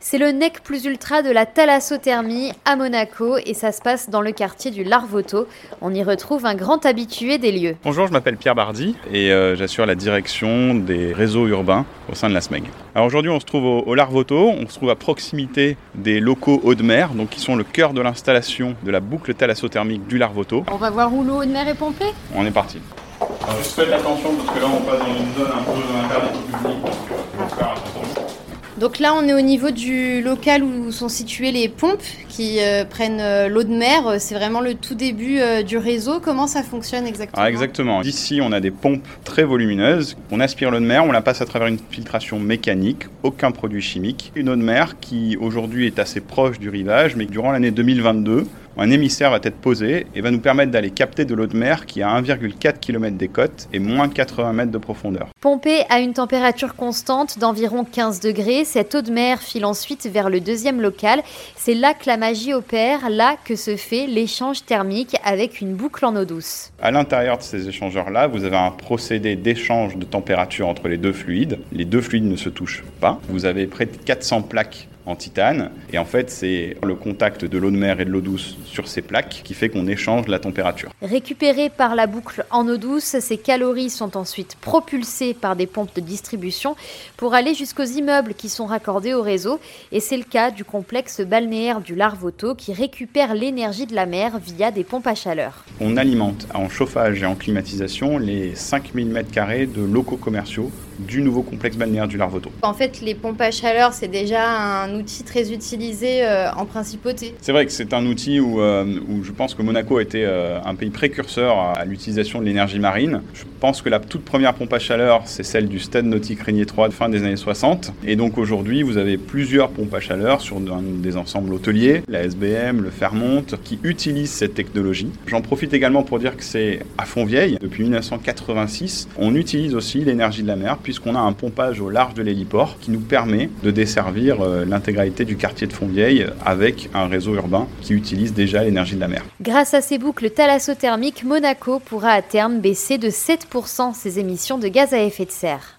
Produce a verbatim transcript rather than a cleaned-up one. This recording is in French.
C'est le nec plus ultra de la thalassothermie à Monaco et ça se passe dans le quartier du Larvotto. On y retrouve un grand habitué des lieux. Bonjour, je m'appelle Pierre Bardy et euh, j'assure la direction des réseaux urbains au sein de la S M E G. Alors aujourd'hui, on se trouve au, au Larvotto, on se trouve à proximité des locaux eau de mer, donc qui sont le cœur de l'installation de la boucle thalassothermique du Larvotto. On va voir où l'eau de mer est pompée. On est parti. Alors juste faites attention parce que là on passe dans une zone un peu interdite au public, donc il faut faire attention. Donc là, on est au niveau du local où sont situées les pompes qui euh, prennent euh, l'eau de mer. C'est vraiment le tout début euh, du réseau. Comment ça fonctionne exactement ? Ah, exactement. D'ici, on a des pompes très volumineuses. On aspire l'eau de mer, on la passe à travers une filtration mécanique, aucun produit chimique. Une eau de mer qui aujourd'hui est assez proche du rivage, mais durant l'année deux mille vingt-deux, un émissaire va être posé et va nous permettre d'aller capter de l'eau de mer qui est à un virgule quatre kilomètres des côtes et moins quatre-vingts mètres de profondeur. Pompée à une température constante d'environ quinze degrés, cette eau de mer file ensuite vers le deuxième local. C'est là que la magie opère, là que se fait l'échange thermique avec une boucle en eau douce. À l'intérieur de ces échangeurs-là, vous avez un procédé d'échange de température entre les deux fluides. Les deux fluides ne se touchent pas. Vous avez près de quatre cents plaques en titane. Et en fait, c'est le contact de l'eau de mer et de l'eau douce sur ces plaques qui fait qu'on échange la température. Récupérées par la boucle en eau douce, ces calories sont ensuite propulsées par des pompes de distribution pour aller jusqu'aux immeubles qui sont raccordés au réseau. Et c'est le cas du complexe balnéaire du Larvotto qui récupère l'énergie de la mer via des pompes à chaleur. On alimente en chauffage et en climatisation les cinq mille mètres carrés de locaux commerciaux du nouveau complexe balnéaire du Larvotto. En fait, les pompes à chaleur, c'est déjà un outil très utilisé euh, en principauté. C'est vrai que c'est un outil où, euh, où je pense que Monaco a été euh, un pays précurseur à, à l'utilisation de l'énergie marine. Je pense que la toute première pompe à chaleur, c'est celle du Stade Nautique Régnier trois de fin des années soixante. Et donc aujourd'hui, vous avez plusieurs pompes à chaleur sur un, des ensembles hôteliers, la S B M, le Fairmont, qui utilisent cette technologie. J'en profite également pour dire que c'est à Fontvieille. Depuis dix-neuf cent quatre-vingt-six, on utilise aussi l'énergie de la mer, puisqu'on a un pompage au large de l'héliport qui nous permet de desservir euh, l'intégralité du quartier de Fontvieille avec un réseau urbain qui utilise déjà l'énergie de la mer. Grâce à ces boucles thalassothermiques, Monaco pourra à terme baisser de sept pour cent ses émissions de gaz à effet de serre.